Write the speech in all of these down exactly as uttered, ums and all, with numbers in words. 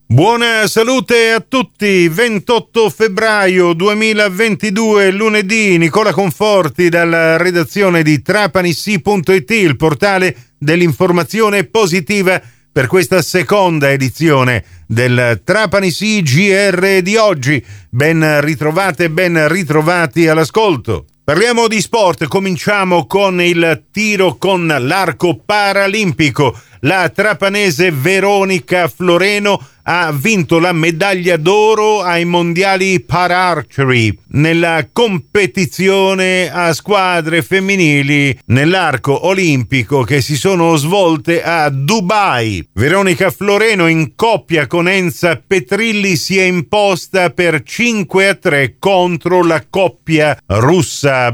Buona salute a tutti, ventotto febbraio duemilaventidue, lunedì. Nicola Conforti dalla redazione di Trapanissi punto it, il portale dell'informazione positiva, per questa seconda edizione del Trapanissi G R di oggi. Ben ritrovate, ben ritrovati all'ascolto. Parliamo di sport, cominciamo con il tiro con l'arco paralimpico. La trapanese Veronica Floreno ha vinto la medaglia d'oro ai mondiali para-archery nella competizione a squadre femminili nell'arco olimpico che si sono svolte a Dubai. Veronica Floreno in coppia con Enza Petrilli si è imposta per cinque a tre contro la coppia russa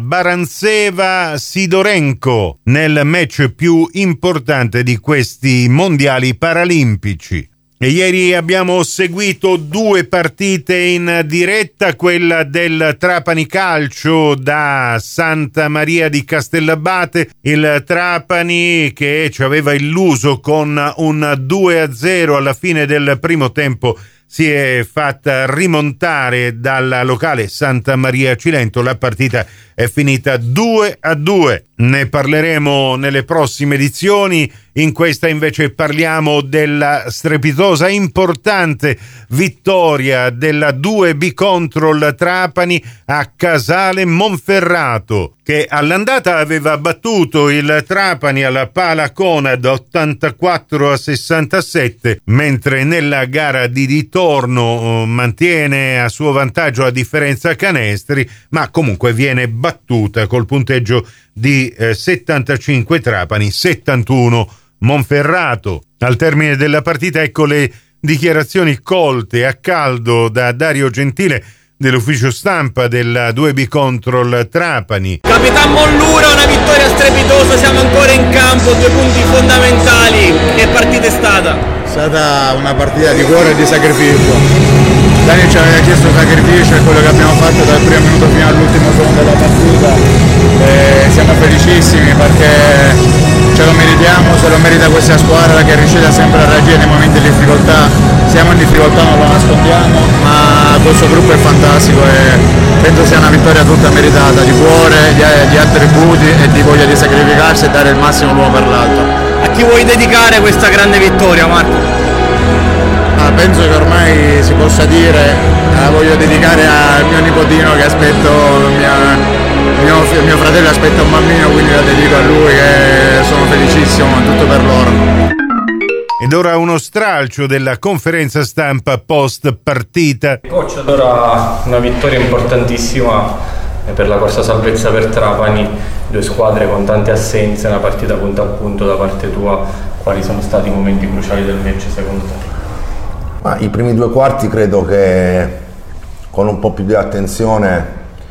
Barantseva-Sidorenko nel match più importante di questi mondiali paralimpici. E ieri abbiamo seguito due partite in diretta, quella del Trapani Calcio da Santa Maria di Castellabate, il Trapani che ci aveva illuso con un due a zero alla fine del primo tempo si è fatta rimontare dalla locale Santa Maria Cilento. La partita è finita due a due. Ne parleremo nelle prossime edizioni. In questa invece parliamo della strepitosa, importante vittoria della due B contro il Trapani a Casale Monferrato, che all'andata aveva battuto il Trapani alla pala Conad ottantaquattro a sessantasette, mentre nella gara di ritorno mantiene a suo vantaggio la differenza canestri, ma comunque viene battuta col punteggio di eh, settantacinque Trapani, settantuno Monferrato. Al termine della partita ecco le dichiarazioni colte a caldo da Dario Gentile dell'ufficio stampa della due B contro il Trapani. Capitan Mollura, una vittoria strepitosa, siamo ancora in campo, due punti fondamentali. Che partita è stata? È stata una partita di cuore e di sacrificio. Dani ci aveva chiesto sacrificio, è quello che abbiamo fatto dal primo minuto fino all'ultimo secondo della partita. E siamo felicissimi perché ce lo meritiamo, se lo merita questa squadra che è riuscita sempre a reagire nei momenti di difficoltà. Siamo in difficoltà, non lo nascondiamo, ma questo gruppo è fantastico e penso sia una vittoria tutta meritata, di cuore, di, di attributi e di voglia di sacrificarsi e dare il massimo l'uno per l'altro. A chi vuoi dedicare questa grande vittoria, Marco? Ah, penso che ormai si possa dire, la voglio dedicare al mio nipotino che aspetto, mia, mio, mio fratello aspetta un bambino, quindi la dedico a lui e sono felicissimo, tutto per loro. Ed ora uno stralcio della conferenza stampa post partita. Coach, allora una vittoria importantissima per la corsa salvezza per Trapani, due squadre con tante assenze, una partita punto a punto da parte tua. Quali sono stati i momenti cruciali del match secondo te? Ma i primi due quarti credo che con un po' più di attenzione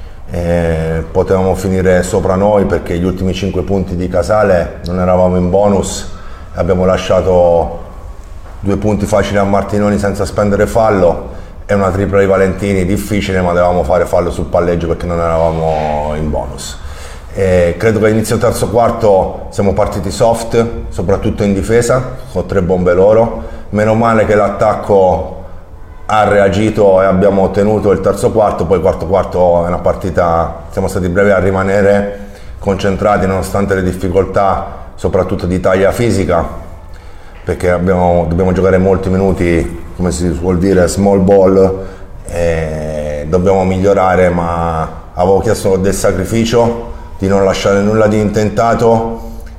eh, potevamo finire sopra noi, perché gli ultimi cinque punti di Casale non eravamo in bonus, abbiamo lasciato due punti facili a Martinoni senza spendere fallo e una tripla di Valentini difficile, ma dovevamo fare fallo sul palleggio perché non eravamo in bonus. E credo che all'inizio terzo quarto siamo partiti soft, soprattutto in difesa, con tre bombe loro. Meno male che l'attacco ha reagito e abbiamo ottenuto il terzo quarto. Poi il quarto quarto è una partita, siamo stati bravi a rimanere concentrati nonostante le difficoltà, soprattutto di taglia fisica, perché abbiamo, dobbiamo giocare molti minuti, come si vuol dire, small ball, e dobbiamo migliorare, ma avevo chiesto del sacrificio, di non lasciare nulla di intentato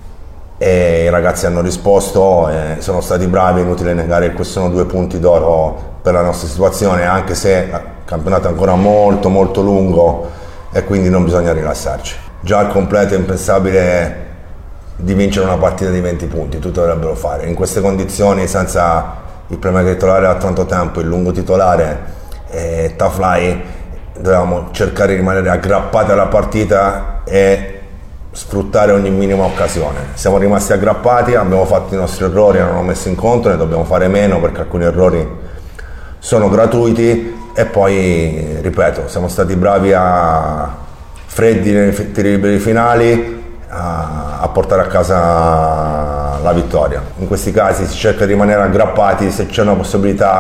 e i ragazzi hanno risposto e sono stati bravi. Inutile negare che questi sono due punti d'oro per la nostra situazione, anche se il campionato è ancora molto molto lungo e quindi non bisogna rilassarci. Già al completo è impensabile di vincere una partita di venti punti, tutti dovrebbero fare. In queste condizioni, senza il playmaker titolare da tanto tempo, il lungo titolare e Taflai, dovevamo cercare di rimanere aggrappati alla partita e sfruttare ogni minima occasione. Siamo rimasti aggrappati, abbiamo fatto i nostri errori, non abbiamo messo in conto, ne dobbiamo fare meno perché alcuni errori sono gratuiti. E poi, ripeto, siamo stati bravi a freddi nei tiri liberi finali a, a portare a casa la vittoria. In questi casi si cerca di rimanere aggrappati, se c'è una possibilità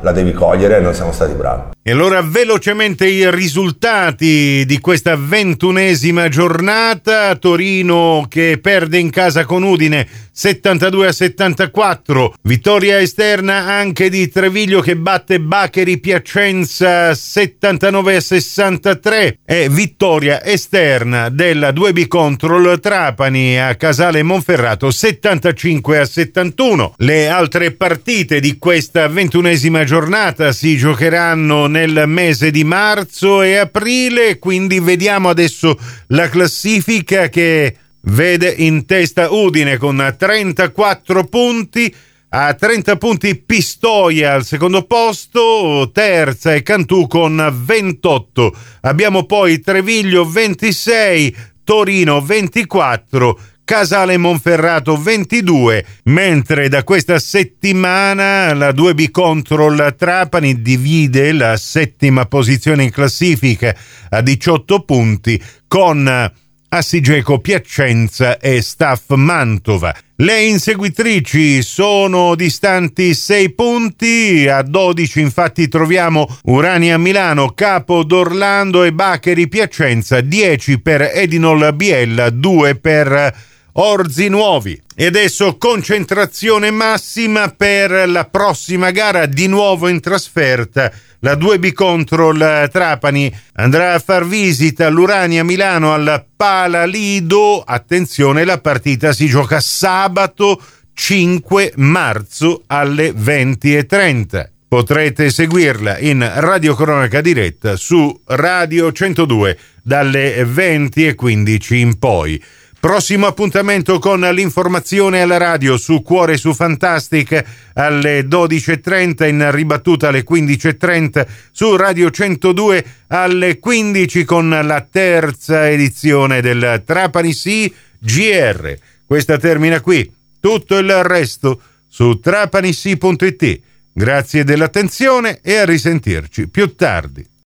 la devi cogliere e noi siamo stati bravi. E allora velocemente i risultati di questa ventunesima giornata. Torino che perde in casa con Udine settantadue a settantaquattro, vittoria esterna anche di Treviglio che batte Baccheri Piacenza settantanove a sessantatré e vittoria esterna della due B Control Trapani a Casale Monferrato settantacinque a settantuno. Le altre partite di questa ventunesima giornata si giocheranno nel mese di marzo e aprile, quindi vediamo adesso la classifica che vede in testa Udine con trentaquattro punti, a trenta punti Pistoia al secondo posto, terza è Cantù con ventotto. Abbiamo poi Treviglio ventisei, Torino ventiquattro, Casale Monferrato ventidue, mentre da questa settimana la due B Control Trapani divide la settima posizione in classifica a diciotto punti con Assigeco Piacenza e Staff Mantova. Le inseguitrici sono distanti sei punti, a dodici infatti troviamo Urania Milano, Capo d'Orlando e Baccheri Piacenza, dieci per Edinol Biella, due per Orzi Nuovi. E adesso concentrazione massima per la prossima gara, di nuovo in trasferta. La due B Control Trapani andrà a far visita all'Urania Milano al Palalido. Attenzione, la partita si gioca sabato cinque marzo alle venti e trenta. Potrete seguirla in radiocronaca diretta su Radio centodue dalle venti e quindici in poi. Prossimo appuntamento con l'informazione alla radio su Cuore su Fantastic alle dodici e trenta, in ribattuta alle quindici e trenta su Radio centodue alle quindici con la terza edizione del Trapani Sì G R. Questa termina qui, tutto il resto su trapanissi punto it. Grazie dell'attenzione e a risentirci più tardi.